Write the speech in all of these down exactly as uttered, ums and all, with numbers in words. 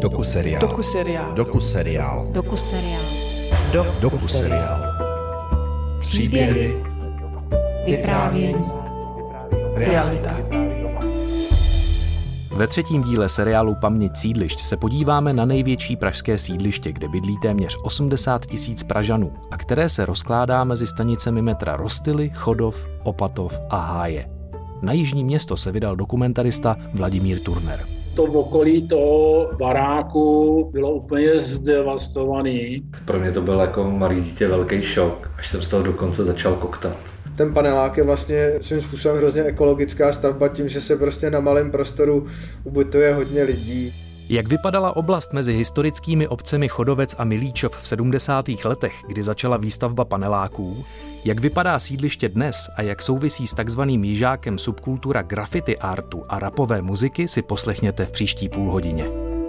Dokuseriál. Dokuseriál. Dokuseriál. Dokuseriál. Dok- Dokuseriál. Příběhy. Vyprávění. Realita. Ve třetím díle seriálu Paměť sídlišť se podíváme na největší pražské sídliště, kde bydlí téměř osmdesát tisíc Pražanů a které se rozkládá mezi stanicemi metra Rostily, Chodov, Opatov a Háje. Na jižní město se vydal dokumentarista Vladimír Turner. To okolí toho baráku bylo úplně zdevastovaný. Pro mě to byl jako malý dítě velký šok, až jsem z toho dokonce začal koktat. Ten panelák je vlastně svým způsobem hrozně ekologická stavba tím, že se prostě na malém prostoru ubytuje hodně lidí. Jak vypadala oblast mezi historickými obcemi Chodovec a Milíčov v sedmdesátých letech, kdy začala výstavba paneláků, jak vypadá sídliště dnes a jak souvisí s takzvaným jižákem subkultura graffiti artu a rapové muziky, si poslechněte v příští půlhodině.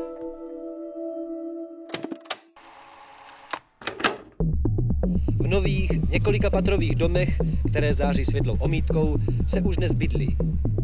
V nových několikapatrových domech, které září světlou omítkou, se už dnes bydlí.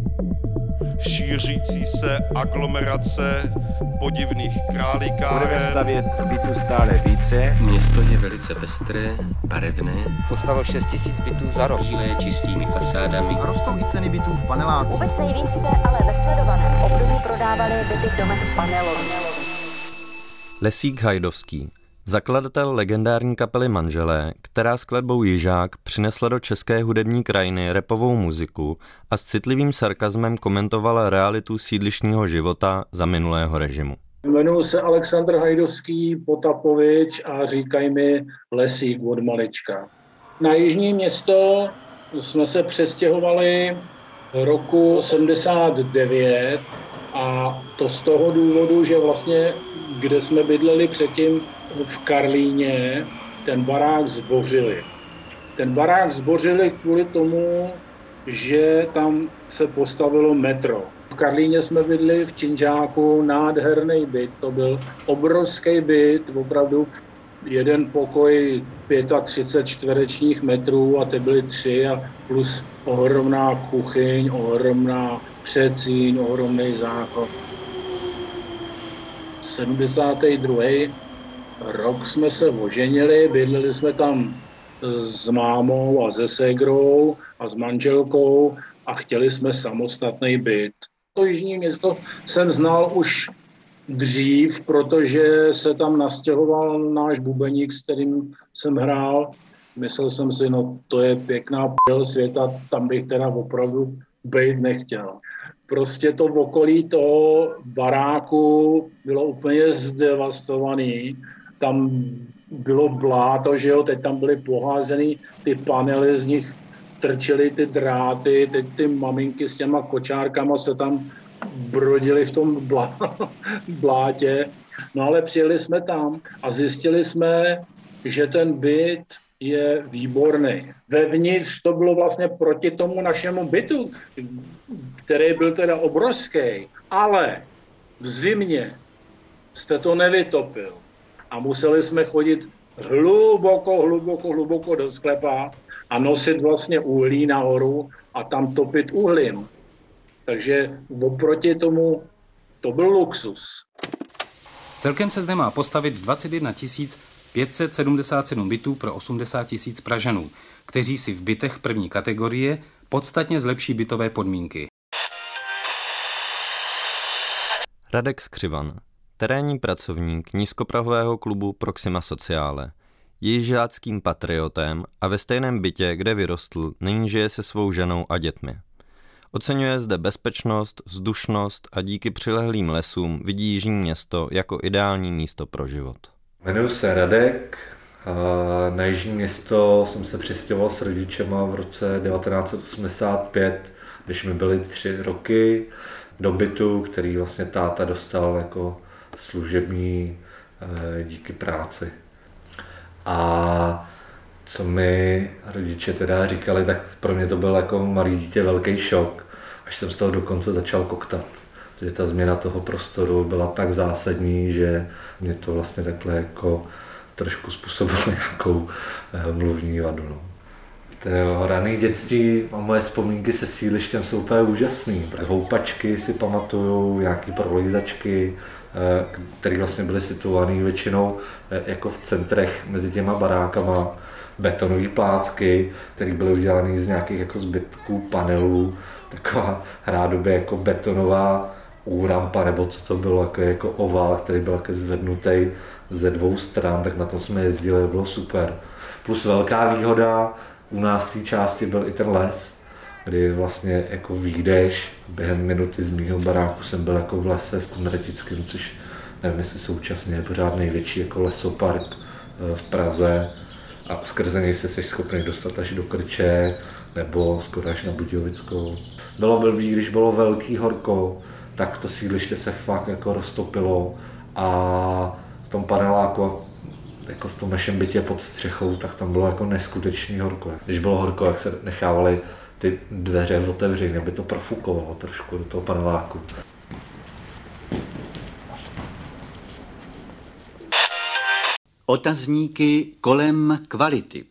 Šířící se aglomerace podivných králikáren. Budeme stavět bytů stále více. Město je velice pestré, barevné. Postavil šest tisíc bytů za rok. Bílé, čistými fasádami. A rostou i ceny bytů v panelácích. Vůbec nejvíc se ale ve sledovaném období prodávaly byty v domech panelových. Lesík Hajdovský, zakladatel legendární kapely Manželé, která skladbou Jižák přinesla do české hudební krajiny rapovou muziku a s citlivým sarkazmem komentovala realitu sídlištního života za minulého režimu. Jmenuji se Alexandr Hajdovský Potapovič a říkají mi Lesík od malička. Na jižní město jsme se přestěhovali roku sedmdesát devět a to z toho důvodu, že vlastně, kde jsme bydleli předtím, v Karlíně, ten barák zbořili. Ten barák zbořili kvůli tomu, že tam se postavilo metro. V Karlíně jsme bydli v Činžáku, nádherný byt, to byl obrovský byt, opravdu jeden pokoj třicet pět čtverečních metrů a ty byly tři a plus ohromná kuchyň, ohromná předsíň, ohromný záchod. sedmdesátý druhý rok jsme se oženili, bydleli jsme tam s mámou a se ségrou a s manželkou a chtěli jsme samostatný byt. To jižní město jsem znal už dřív, protože se tam nastěhoval náš bubeník, s kterým jsem hrál. Myslel jsem si, no to je pěkná p***l světa, tam bych teda opravdu být nechtěl. Prostě to okolí toho baráku bylo úplně zdevastovaný. Tam bylo bláto, že jo, teď tam byly poházený ty panely, z nich trčely ty dráty, teď ty maminky s těma kočárkama se tam brodili v tom blá, blátě. No ale přijeli jsme tam a zjistili jsme, že ten byt je výborný. Vevnitř to bylo vlastně proti tomu našemu bytu, který byl teda obrovský, ale v zimě jste to nevytopil. A museli jsme chodit hluboko, hluboko, hluboko do sklepa a nosit vlastně uhlí nahoru a tam topit uhlím. Takže oproti tomu to byl luxus. Celkem se zde má postavit dvacet jedna tisíc pět set sedmdesát sedm bytů pro osmdesát tisíc Pražanů, kteří si v bytech první kategorie podstatně zlepší bytové podmínky. Radek Skřivan, terénní pracovník nízkoprahového klubu Proxima Sociale, je jižáckým patriotem a ve stejném bytě, kde vyrostl, nyní žije se svou ženou a dětmi. Oceňuje zde bezpečnost, vzdušnost a díky přilehlým lesům vidí jižní město jako ideální místo pro život. Jmenuji se Radek a na jižní město jsem se přestěhoval s rodičema v roce devatenáct set osmdesát pět, když mi byly tři roky, do bytu, který vlastně táta dostal jako služební díky práci. A co mi rodiče teda říkali, tak pro mě to byl jako malý dítě velký šok, až jsem z toho dokonce začal koktat. Protože ta změna toho prostoru byla tak zásadní, že mě to vlastně takhle jako trošku způsobilo nějakou mluvní vadu. No. To rané dětství a moje vzpomínky se sídlištěm jsou úplně úžasný. Houpačky si pamatuju, nějaký prolejzačky, které vlastně byly situované většinou jako v centrech mezi těma barákama. Betonové plácky, které byly udělané z nějakých jako zbytků panelů. Taková rádoby jako betonová úrampa, nebo co to bylo, jako, jako oval, který byl jako zvednutý ze dvou stran, tak na tom jsme jezdili, bylo super. Plus velká výhoda, u nás v té části byl i ten les, kdy vlastně jako vyjdeš, během minuty z mýho baráku jsem byl jako v lese v Kunratickém, což nevím, jestli současně je pořád největší jako lesopark v Praze a skrze něj se jsi schopný dostat až do Krče nebo skoro až na Budějovickou. Bylo blbý, když bylo velký horko, tak to sídliště se fakt jako roztopilo a v tom paneláku, jako v tom našem bytě pod střechou, tak tam bylo jako neskutečný horko. Když bylo horko, jak se nechávaly ty dveře otevřené, aby to profukovalo trošku do toho paneláku. Otazníky kolem kvality.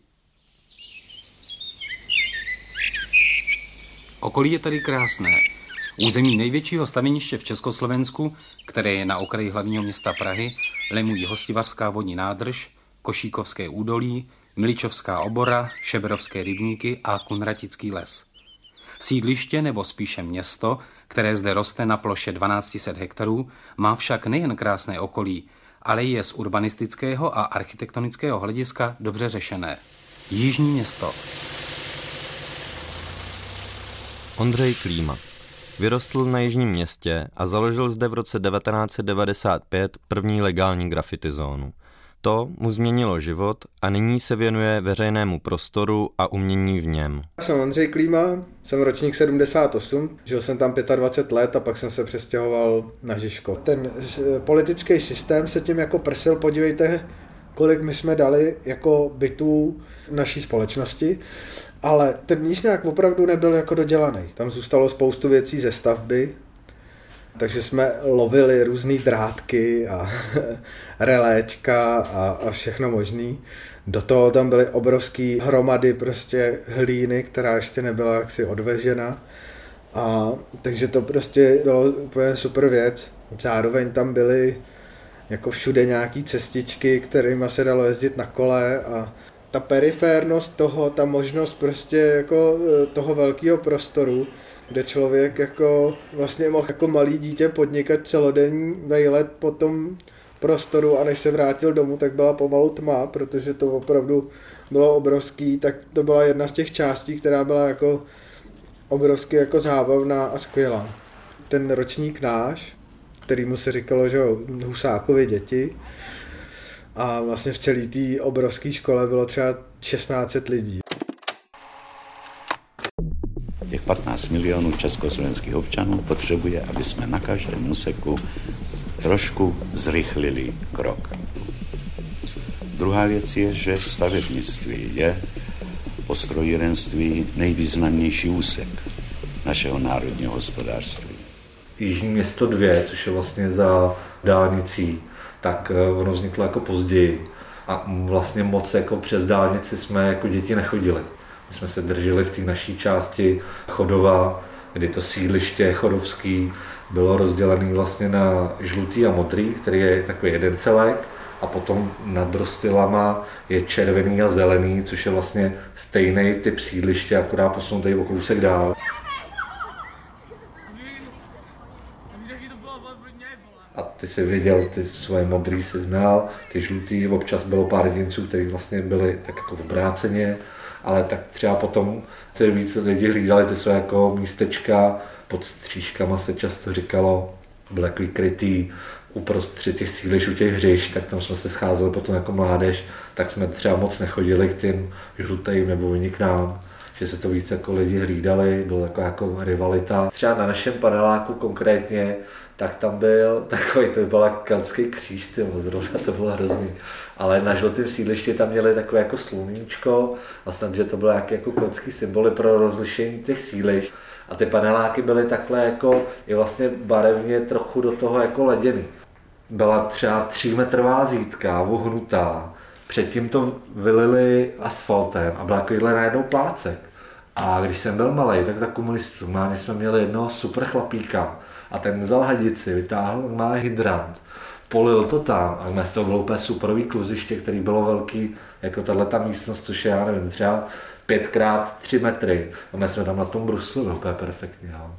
Okolí je tady krásné. Území největšího staveniště v Československu, které je na okraji hlavního města Prahy, lemují Hostivařská vodní nádrž, Košíkovské údolí, Miličovská obora, Šeberovské rybníky a Kunratický les. Sídliště, nebo spíše město, které zde roste na ploše dvanáct set hektarů, má však nejen krásné okolí, ale je z urbanistického a architektonického hlediska dobře řešené. Jižní město. Ondřej Klíma vyrostl na Jižním Městě a založil zde v roce devatenáct set devadesát pět první legální graffiti zónu. To mu změnilo život a nyní se věnuje veřejnému prostoru a umění v něm. Já jsem Ondřej Klíma, jsem ročník sedmdesát osm, žil jsem tam dvacet pět let a pak jsem se přestěhoval na Žižkov. Ten politický systém se tím jako prsil, podívejte, kolik my jsme dali jako bytů naší společnosti, ale ten Nížňák opravdu nebyl jako dodělaný. Tam zůstalo spoustu věcí ze stavby, takže jsme lovili různý drátky a reléčka a, a všechno možný. Do toho tam byly obrovský hromady prostě hlíny, která ještě nebyla jaksi odvežena. A takže to prostě bylo úplně super věc. Zároveň tam byly jako všude nějaký cestičky, kterými se dalo jezdit na kole a ta periférnost toho, ta možnost prostě jako toho velkého prostoru, kde člověk jako vlastně mohl jako malý dítě podnikat celodenní vejlet po tom prostoru a než se vrátil domů, tak byla pomalu tma, protože to opravdu bylo obrovský, tak to byla jedna z těch částí, která byla jako obrovsky jako zábavná a skvělá. Ten ročník náš, kterýmu se říkalo, že Husákovy děti, a vlastně v celé té obrovské škole bylo třeba šestnáct set lidí. Těch patnáct milionů československých občanů potřebuje, aby jsme na každém úseku trošku zrychlili krok. Druhá věc je, že stavebnictví je po strojírenství nejvýznamnější úsek našeho národního hospodářství. Jižní Město dva, což je vlastně za dálnicí, tak ono vzniklo jako později a vlastně moc jako přes dálnici jsme jako děti nechodili. My jsme se drželi v té naší části Chodova, kdy to sídliště chodovský bylo rozdělené vlastně na žlutý a modrý, který je takový jeden celek, a potom nad Rostylama je červený a zelený, což je vlastně stejný typ sídliště, akorát posunutý o kousek dál. A ty jsi viděl, ty svoje modrý si znal, ty žlutý, občas bylo pár jedinců, kteří vlastně byli tak jako obráceně, ale tak třeba potom se víc lidi hlídali ty své jako místečka, pod stříškama se často říkalo, byl takový krytý uprostřed těch sídlišť u těch hřišť, tak tam jsme se scházeli potom jako mládež, tak jsme třeba moc nechodili k těm žlutým nebo oni k nám, že se to víc jako lidi hlídali, byla jako, jako rivalita. Třeba na našem paneláku konkrétně, tak tam byl takový, to byl keltský kříž, tyjo, zrovna to bylo hrozný. Ale na žlutém sídlišti tam měli takové jako sluníčko a snad, že to bylo nějaké jako keltský symboly pro rozlišení těch sídlišť. A ty paneláky byly takhle jako i vlastně barevně trochu do toho jako leděný. Byla třeba třímetrová zítka, vohnutá, Předtím to vylili asfaltem a byl takovýhle najednou plácek. A když jsem byl malej, tak za komunistů máme jsme měli jednoho super chlapíka a ten vzal hadici, vytáhl normální hydrant, polil to tam a mě z toho bylo úplně superový kluziště, který bylo velký, jako tato místnost, což je, já nevím, třeba pět krát tři metry. A my jsme tam na tom bruslili úplně perfektně. Jo.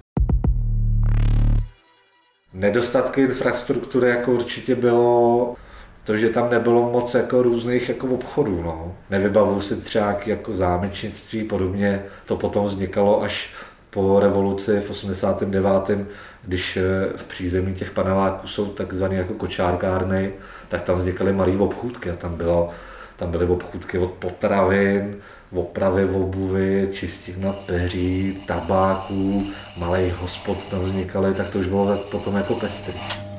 Nedostatky infrastruktury jako určitě bylo to, že tam nebylo moc jako různých jako obchodů. No. Nevybavuju si třeba jako zámečnictví, podobně to potom vznikalo až po revoluci v osmdesátém devátém když v přízemí těch paneláků jsou takzvané jako kočárkárny, tak tam vznikaly malé obchůdky a tam, bylo, tam byly obchůdky od potravin, opravy obuvy, čistina peří, tabáků, malých hospod tam vznikaly, tak to už bylo potom jako pestrý.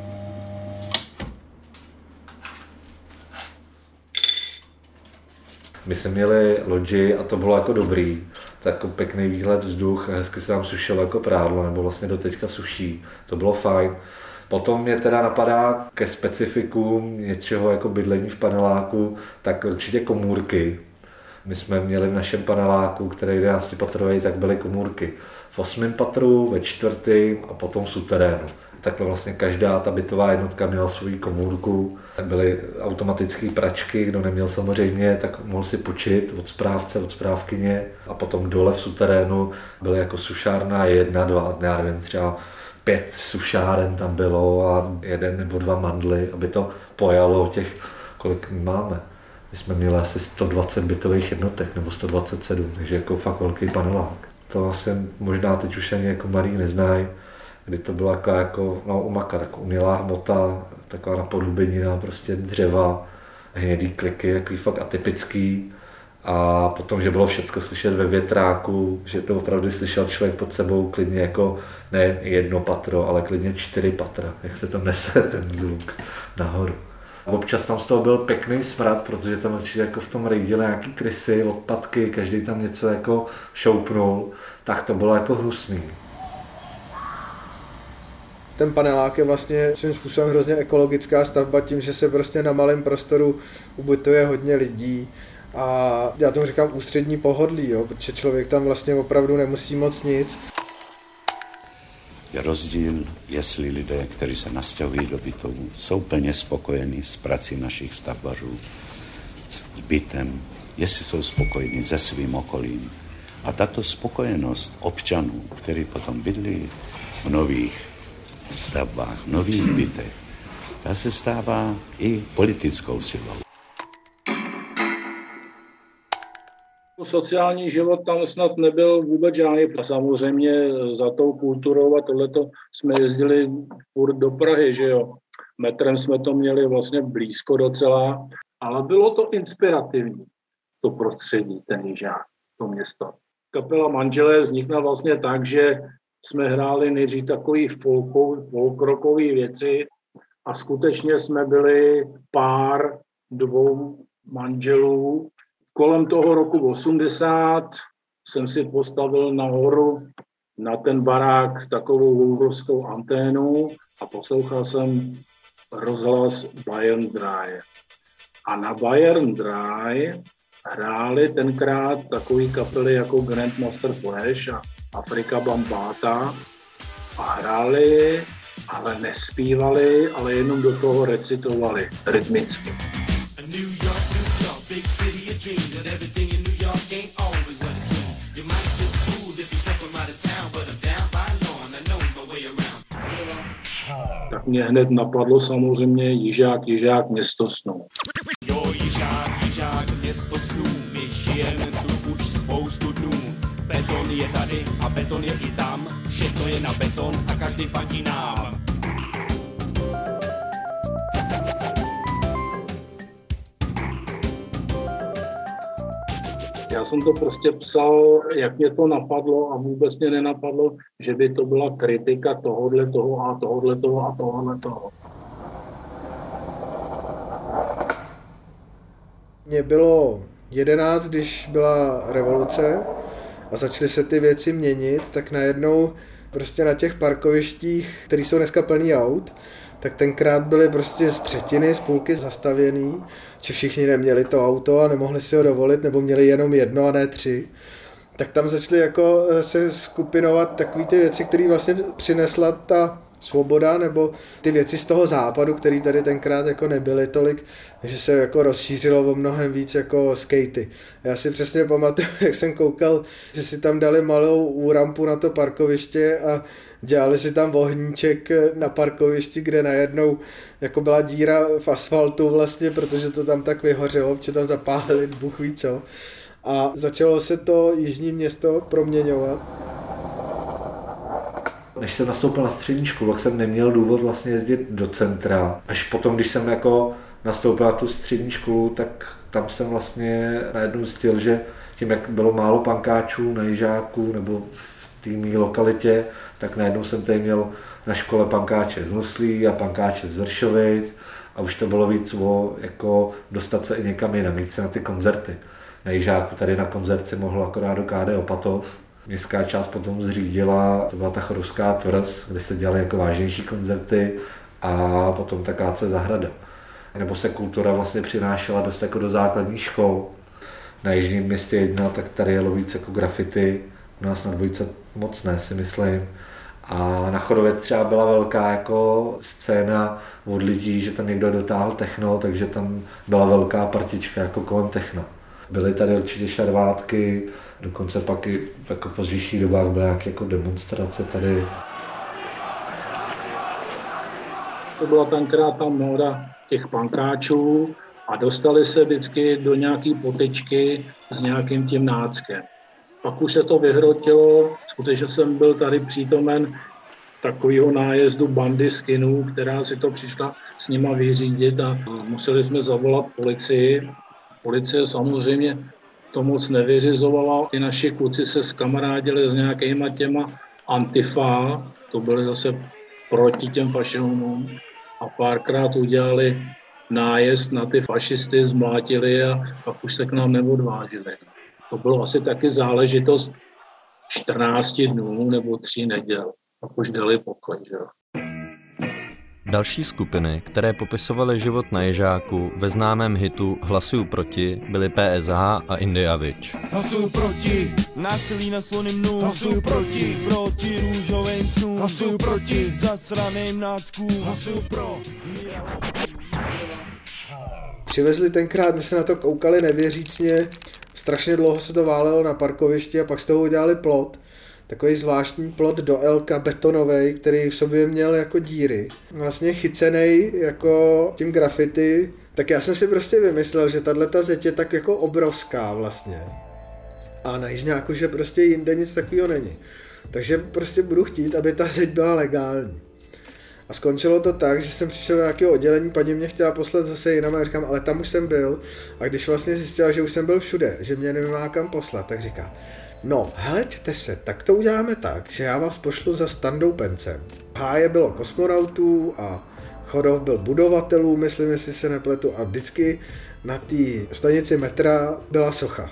My jsme měli loďi a to bylo jako dobrý, tak pěkný výhled, vzduch, hezky se tam sušilo jako prádlo, nebo vlastně do teďka suší, to bylo fajn. Potom mě teda napadá ke specifikům něčeho jako bydlení v paneláku, tak určitě komůrky. My jsme měli v našem paneláku, který je jedenáctipatrový, tak byly komůrky v osmém patru, ve čtvrtém a potom v suterénu. Takhle vlastně každá ta bytová jednotka měla svou komůrku. Byly automatické pračky, kdo neměl samozřejmě, tak mohl si počít od správce, od správkyně. A potom dole v suterénu byly jako sušárna jedna, dva, já nevím, třeba pět sušáren tam bylo a jeden nebo dva mandly, aby to pojalo těch, kolik my máme. My jsme měli asi sto dvacet bytových jednotek, nebo sto dvacet sedm, takže jako fakt velký panelák. To asi možná teď už ani jako mladí neznají, kdy to byla taková jako, no umaka, tak umělá hmota, taková napodobenina, prostě dřeva, hnědý kliky, takový fakt atypický. A potom, že bylo všecko slyšet ve větráku, že to opravdu slyšel člověk pod sebou klidně jako ne jedno patro, ale klidně čtyři patra, jak se to nese ten zvuk nahoru. Občas tam z toho byl pěkný smrad, protože tam určitě jako v tom rejdili nějaký krysy, odpadky, každý tam něco jako šoupnul, tak to bylo jako hnusný. Ten panelák je vlastně svým způsobem hrozně ekologická stavba tím, že se prostě na malém prostoru ubytuje hodně lidí a já tomu říkám ústřední pohodlí, jo, protože člověk tam vlastně opravdu nemusí moc nic. Je rozdíl, jestli lidé, kteří se nastěhují do bytů, jsou plně spokojení s prací našich stavbařů, s bytem, jestli jsou spokojení se svým okolím. A tato spokojenost občanů, kteří potom bydlí v nových stavbách, v nových bytech, ta se stává i politickou silou. Sociální život tam snad nebyl vůbec žádný. Samozřejmě za tou kulturou a tohleto jsme jezdili furt do Prahy, že jo. Metrem jsme to měli vlastně blízko docela, ale bylo to inspirativní, to prostředí, ten Jižák, to město. Kapela Manželé vznikla vlastně tak, že jsme hráli nejdřív takový folkrockový věci a skutečně jsme byli pár dvou manželů. Kolem toho roku osmdesát jsem si postavil nahoru na ten barák takovou obrovskou anténu a poslouchal jsem rozhlas Bayern drei. A na Bayern drei hráli tenkrát takový kapely jako Grandmaster Flash a Afrika Bambata a hráli, ale nespívali, ale jenom do toho recitovali rytmicky. Big city of dreams and everything in New York ain't always what it seems. You might just fool if you come from out of town, but I'm down by law and I know my way around. Tak mě hned napadlo samozřejmě Jižák, Jižák, město snů. Jo, Jižák, Jižák, město snů, my žijeme tu už spoustu dnů. Beton je tady a beton je i tam, všechno je na beton a každý fandí nám. Já jsem to prostě psal, jak mě to napadlo a vůbec mě nenapadlo, že by to byla kritika tohodle toho a tohodle toho a tohodle toho. Mně bylo jedenáct, když byla revoluce a začaly se ty věci měnit, tak najednou prostě na těch parkovištích, které jsou dneska plný aut, tak tenkrát byly prostě z třetiny, z půlky zastavěný, že všichni neměli to auto a nemohli si ho dovolit, nebo měli jenom jedno a ne tři. Tak tam začaly jako se skupinovat takové ty věci, které vlastně přinesla ta svoboda, nebo ty věci z toho západu, které tady tenkrát jako nebyly tolik, že se jako rozšířilo o mnohem víc jako skatey. Já si přesně pamatuju, jak jsem koukal, že si tam dali malou úrampu na to parkoviště a dělali si tam ohníček na parkovišti, kde najednou jako byla díra v asfaltu vlastně, protože to tam tak vyhořelo, protože tam zapálili bůh ví co. A začalo se to jižní město proměňovat. Než jsem nastoupil na střední školu, tak jsem neměl důvod vlastně jezdit do centra. Až potom, když jsem jako nastoupil na tu střední školu, tak tam jsem vlastně najednou zjistil, že tím, jak bylo málo pankáčů na Jižáku nebo v té mý lokalitě, tak najednou jsem tady měl na škole pankáče z Nuslí a pankáče z Vršovic a už to bylo víc o jako dostat se i někam jinam, jít se na ty koncerty. Na Jižáku tady na koncert si mohl akorát do K D Opatov. Městská část potom zřídila, to byla ta Chodovská tvrz, kde se dělaly jako vážnější koncerty a potom ta K C Zahrada. Nebo se kultura vlastně přinášela dost jako do základních škol. Na Jižním Městě jedna, tak tady jelo víc jako graffiti, u nás na Dvojce moc ne, si myslím. A na Chodově třeba byla velká jako scéna od lidí, že tam někdo dotáhl techno, takže tam byla velká partička jako kolem techna. Byly tady určitě šarvátky, dokonce pak i jako v pozdějších dobách byly nějaké jako demonstrace tady. To byla tenkrát ta móda těch pankáčů a dostali se vždycky do nějaký potyčky s nějakým tím náckem. Pak už se to vyhrotilo, skutečně jsem byl tady přítomen takového nájezdu bandy skinů, která si to přišla s nima vyřídit a museli jsme zavolat policii. Policie samozřejmě to moc nevyřizovala. I naši kluci se skamarádili s nějakýma těma antifa, to byly zase proti těm fašismům a párkrát udělali nájezd na ty fašisty, zmlátili a pak už se k nám neodvážili. To bylo asi taky záležitost čtrnáct dnů nebo tří neděl. Pak už dali pokoj, že jo. Další skupiny, které popisovaly život na Ježáku ve známém hitu Hlasuju proti, byly P S H a India Witch. Hlasuju proti násilí na sloným nům, hlasuju proti, proti růžovým snům, hlasuju proti zasraným náckům, hlasuju pro. Přivezli tenkrát, my se na to koukali nevěřícně, strašně dlouho se to válelo na parkovišti a pak z toho udělali plot. Takový zvláštní plot do elka betonovej, který v sobě měl jako díry. Vlastně chycenej jako tím graffiti. Tak já jsem si prostě vymyslel, že tato zeď je tak jako obrovská vlastně. A na Jižňáku, že prostě jinde nic takového není. Takže prostě budu chtít, aby ta zeď byla legální. A skončilo to tak, že jsem přišel do nějakého oddělení, paní mě chtěla poslat zase jinam a říkám, ale tam už jsem byl. A když vlastně zjistila, že už jsem byl všude, že mě nemá kam poslat, tak říká, no, heleďte se, tak to uděláme tak, že já vás pošlu za Standou Pencem. Háje bylo kosmonautů a Chodov byl budovatelů, myslím, jestli se nepletu, a vždycky na té stanici metra byla socha.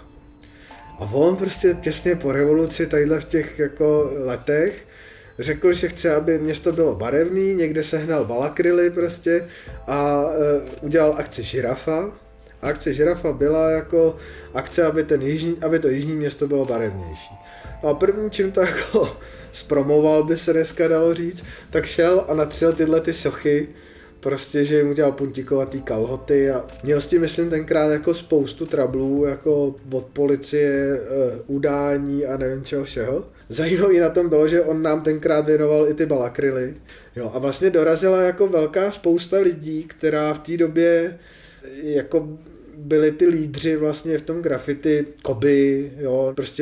A on prostě těsně po revoluci, tadyhle v těch jako letech, řekl, že chce, aby město bylo barevný, někde sehnal balakryly prostě a e, udělal akci Žirafa. A akce Žirafa byla jako akce, aby, ten jižní, aby to jižní město bylo barevnější. No a první, čím to jako zpromoval, by se dneska dalo říct, tak šel a natřel tyhle ty sochy, prostě, že jim udělal puntíkovatý kalhoty a měl s tím, myslím, tenkrát jako spoustu trablů, jako od policie, udání a nevím čeho všeho. Zajímavý na tom bylo, že on nám tenkrát věnoval i ty balakryly. Jo, a vlastně dorazila jako velká spousta lidí, která v té době jako byli ty lídři vlastně v tom graffiti, Koby, jo, prostě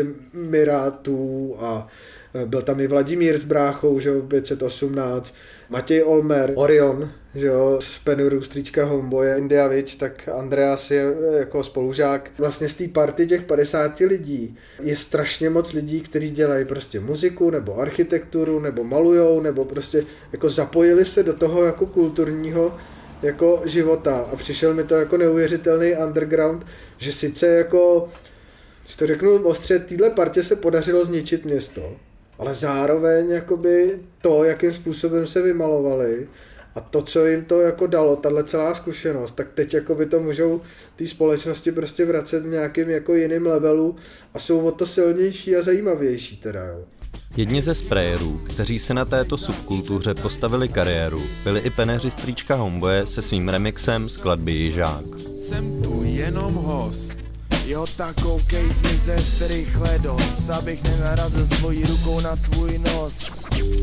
Mirátů a byl tam i Vladimír s bráchou, že jo, pět set osmnáct, Matěj Olmer, Orion, že jo, z Penuru, stříčka Homeboye, India Witch, tak Andreas je jako spolužák. Vlastně z té party těch padesáti lidí je strašně moc lidí, kteří dělají prostě muziku, nebo architekturu, nebo malujou, nebo prostě jako zapojili se do toho jako kulturního jako života a přišel mi to jako neuvěřitelný underground, že sice jako, když to řeknu ostře, téhle partě se podařilo zničit město, ale zároveň jakoby to, jakým způsobem se vymalovali a to, co jim to jako dalo, tahle celá zkušenost, tak teď jakoby to můžou té společnosti prostě vracet v nějakým jako jiným levelu a jsou o to silnější a zajímavější teda, jo. Jedni ze sprayerů, kteří se na této subkultuře postavili kariéru, byli i penéři Strýčka Homboje se svým remixem skladby Jižák. Jsem tu jenom host, jo tak koukej zmizet rychle dost, abych nenarazil svojí rukou na tvůj nos.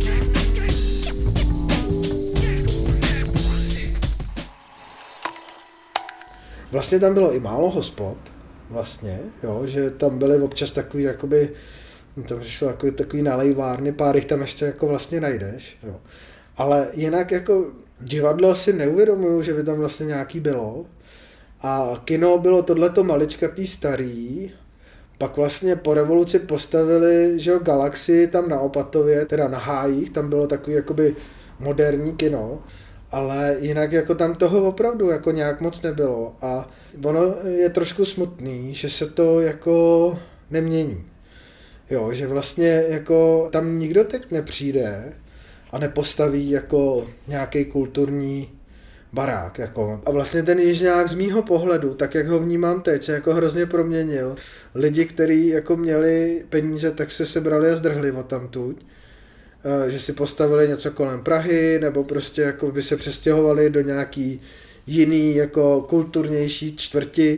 Vlastně tam bylo i málo hospod, vlastně, jo, že tam byly občas takový, jakoby, tam přišlo jako takový nalejvárny, pár jich tam ještě jako vlastně najdeš, jo. Ale jinak jako divadlo si neuvědomuju, že by tam vlastně nějaký bylo. A kino bylo tohleto maličkatý starý, pak vlastně po revoluci postavili, že jo, Galaxii tam na Opatově, teda na Hájích, tam bylo takový jakoby moderní kino, ale jinak jako tam toho opravdu jako nějak moc nebylo a ono je trošku smutný, že se to jako nemění. Jo, že vlastně jako tam nikdo teď nepřijde a nepostaví jako nějaký kulturní barák. Jako. A vlastně ten Jižňák z mýho pohledu, tak jak ho vnímám teď, se jako hrozně proměnil. Lidi, kteří jako měli peníze, tak se sebrali a zdrhli odtamtud. Že si postavili něco kolem Prahy, nebo prostě jako by se přestěhovali do nějaký jiný jako kulturnější čtvrti.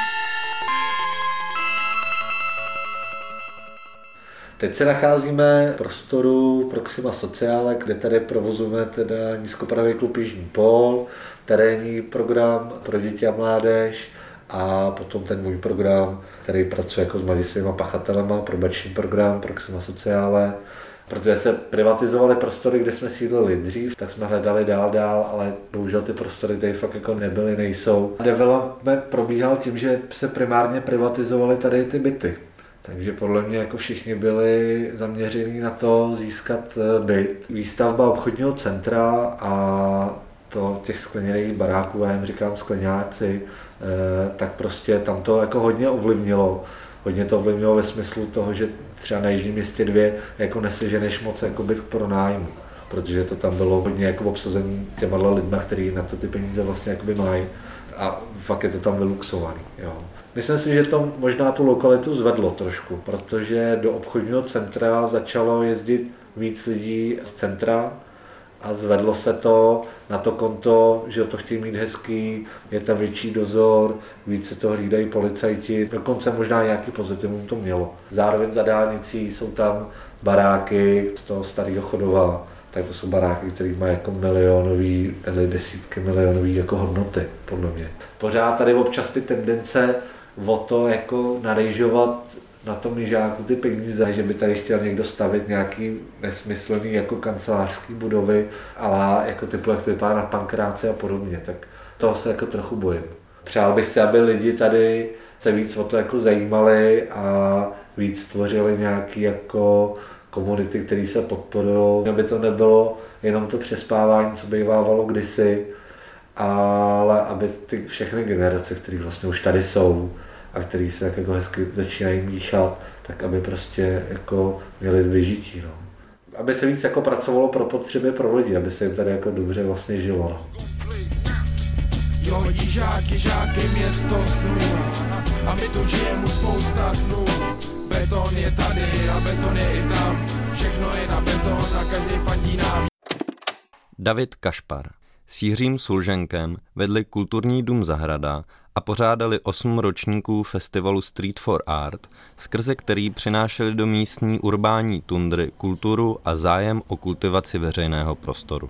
Teď se nacházíme v prostoru Proxima Sociale, kde tady provozujeme teda nízkopravý klub Jižní pól, terénní program pro děti a mládež a potom ten můj program, který pracuje jako s mladistvými pachatelema, probační program Proxima Sociale. Protože se privatizovaly prostory, kde jsme sídlili dřív, tak jsme hledali dál dál, ale bohužel ty prostory tady fakt jako nebyly, nejsou. Development probíhal tím, že se primárně privatizovaly tady ty byty. Takže podle mě jako všichni byli zaměření na to získat byt. Výstavba obchodního centra a to těch skleněných baráků, já jim říkám skleňáci, tak prostě tam to jako hodně ovlivnilo. Hodně to ovlivnilo ve smyslu toho, že třeba na Jižním Městě dvě jako neseženeš moc jako byt k pronájmu, protože to tam bylo hodně jako obsazený těma lidma, kteří na to ty peníze vlastně jakoby mají a fakt je to tam vyluxovaný. Jo. Myslím si, že to možná tu lokalitu zvedlo trošku, protože do obchodního centra začalo jezdit víc lidí z centra a zvedlo se to na to konto, že to chtějí mít hezký, je tam větší dozor, víc se to hlídají policajti, dokonce možná nějaký pozitivum to mělo. Zároveň za dálnicí jsou tam baráky z toho starého Chodova, tak to jsou baráky, které mají jako milionový, nebo desítky milionový jako hodnoty, podle mě. Pořád tady občas ty tendence o to jako narejžovat na tom Jižáku ty peníze, že by tady chtěl někdo stavit nějaký nesmyslný jako kancelářský budovy, ale jako typu, jak to vypadá na Pankráci a podobně, tak toho se jako trochu bojím. Přál bych si, aby lidi tady se víc o to jako zajímali a víc tvořili nějaký jako komunity, které se podporují, aby to nebylo jenom to přespávání, co bývávalo kdysi, ale aby ty všechny generace, které vlastně už tady jsou a který se tak jako hezky začínají míchat, tak aby prostě jako měli vyžití. No. Aby se víc jako pracovalo pro potřeby pro lidi, aby se jim tady jako dobře vlastně žilo. No. Jo, Jižák, Jižák je město snů a my tu žijeme spousta dnů. Beton je tady a beton je i tam, všechno je na beton a každý fandí nám. David Kašpar s Jiřím Sulženkem vedli kulturní dům Zahrada a pořádali osm ročníků festivalu Street for Art, skrze který přinášeli do místní urbání tundry kulturu a zájem o kultivaci veřejného prostoru.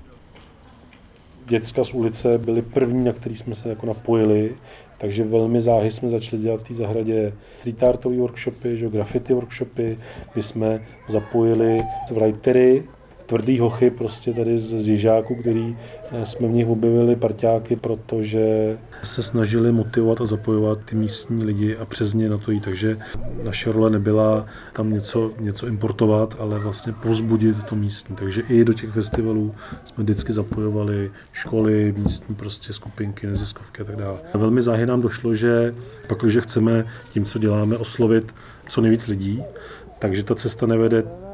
Děcka z ulice byli první, na který jsme se jako napojili, takže velmi záhy jsme začali dělat v té zahradě street artové workshopy, že, graffiti workshopy, kdy jsme zapojili writery, tvrdý hochy prostě tady z, z Jižáku, který jsme v nich objevili parťáky, protože se snažili motivovat a zapojovat ty místní lidi a přes ně na to jít. Takže naše role nebyla tam něco, něco importovat, ale vlastně povzbudit to místní. Takže i do těch festivalů jsme vždycky zapojovali školy, místní prostě skupinky, neziskovky a tak dále. A velmi záhy nám došlo, že pak, když chceme tím, co děláme, oslovit co nejvíc lidí, takže ta cesta nevede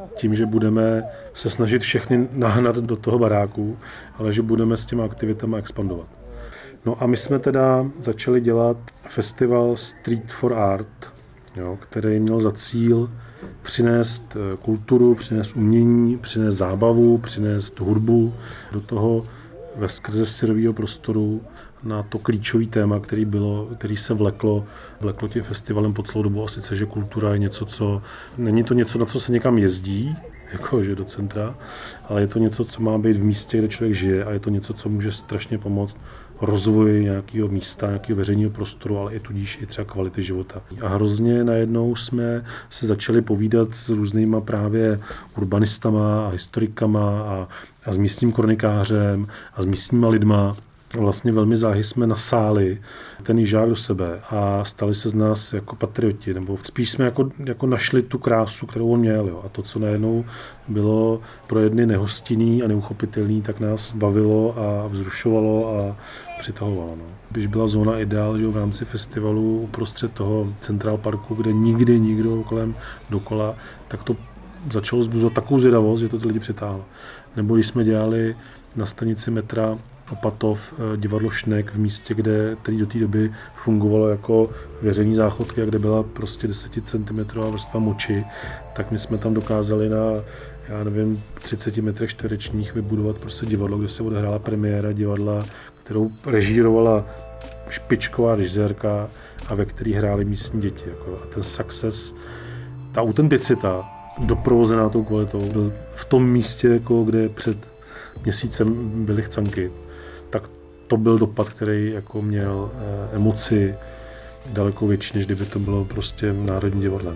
tím, že budeme se snažit všechny nahnat do toho baráku, ale že budeme s těma aktivitama expandovat. No a my jsme teda začali dělat festival Street for Art, jo, který měl za cíl přinést kulturu, přinést umění, přinést zábavu, přinést hudbu do toho veskrze syrového prostoru na to klíčový téma, který, bylo, který se vleklo, vleklo tím festivalem po celou dobu, a sice, že kultura je něco, co není to něco, na co se někam jezdí, jakože do centra, ale je to něco, co má být v místě, kde člověk žije, a je to něco, co může strašně pomoct rozvoji nějakého místa, nějakého veřejného prostoru, ale i tudíž i třeba kvality života. A hrozně najednou jsme se začali povídat s různýma právě urbanistama a historikama a, a s místním kronikářem a s místníma lidma. Vlastně velmi záhy jsme nasáli ten Jižák do sebe a stali se z nás jako patrioti, nebo spíš jsme jako, jako našli tu krásu, kterou on měl. Jo. A to, co najednou bylo pro jedny nehostinný a neuchopitelný, tak nás bavilo a vzrušovalo a přitahovalo. No. Když byla zóna Ideál, že v rámci festivalu uprostřed toho Central Parku, kde nikdy nikdo kolem dokola, tak to začalo vzbuzovat takovou zvědavost, že to ty lidi přitáhlo. Nebo když jsme dělali na stanici metra Opatov divadlo Šnek v místě, kde který do té doby fungovalo jako veřejný záchodky a kde byla prostě deseticentimetrová vrstva moči, tak my jsme tam dokázali na, já nevím, třicet metrech čtverečních vybudovat prostě divadlo, kde se odehrála premiéra divadla, kterou režírovala špičková režisérka a ve který hráli místní děti. Jako. A ten success, ta autenticita, doprovozená tou kvalitou, byl v tom místě, jako kde před měsícem byly chcanky, tak to byl dopad, který jako měl eh, emoci daleko větší, než kdyby to bylo prostě Národní divadlem.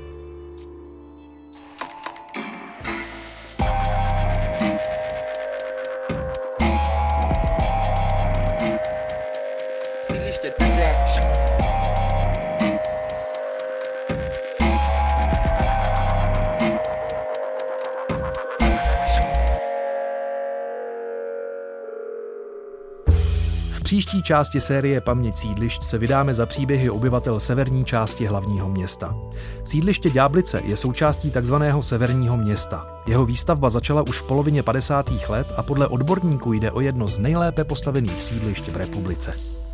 V příští části série Paměť sídlišť se vydáme za příběhy obyvatel severní části hlavního města. Sídliště Ďáblice je součástí takzvaného severního města. Jeho výstavba začala už v polovině padesátých let a podle odborníků jde o jedno z nejlépe postavených sídlišť v republice.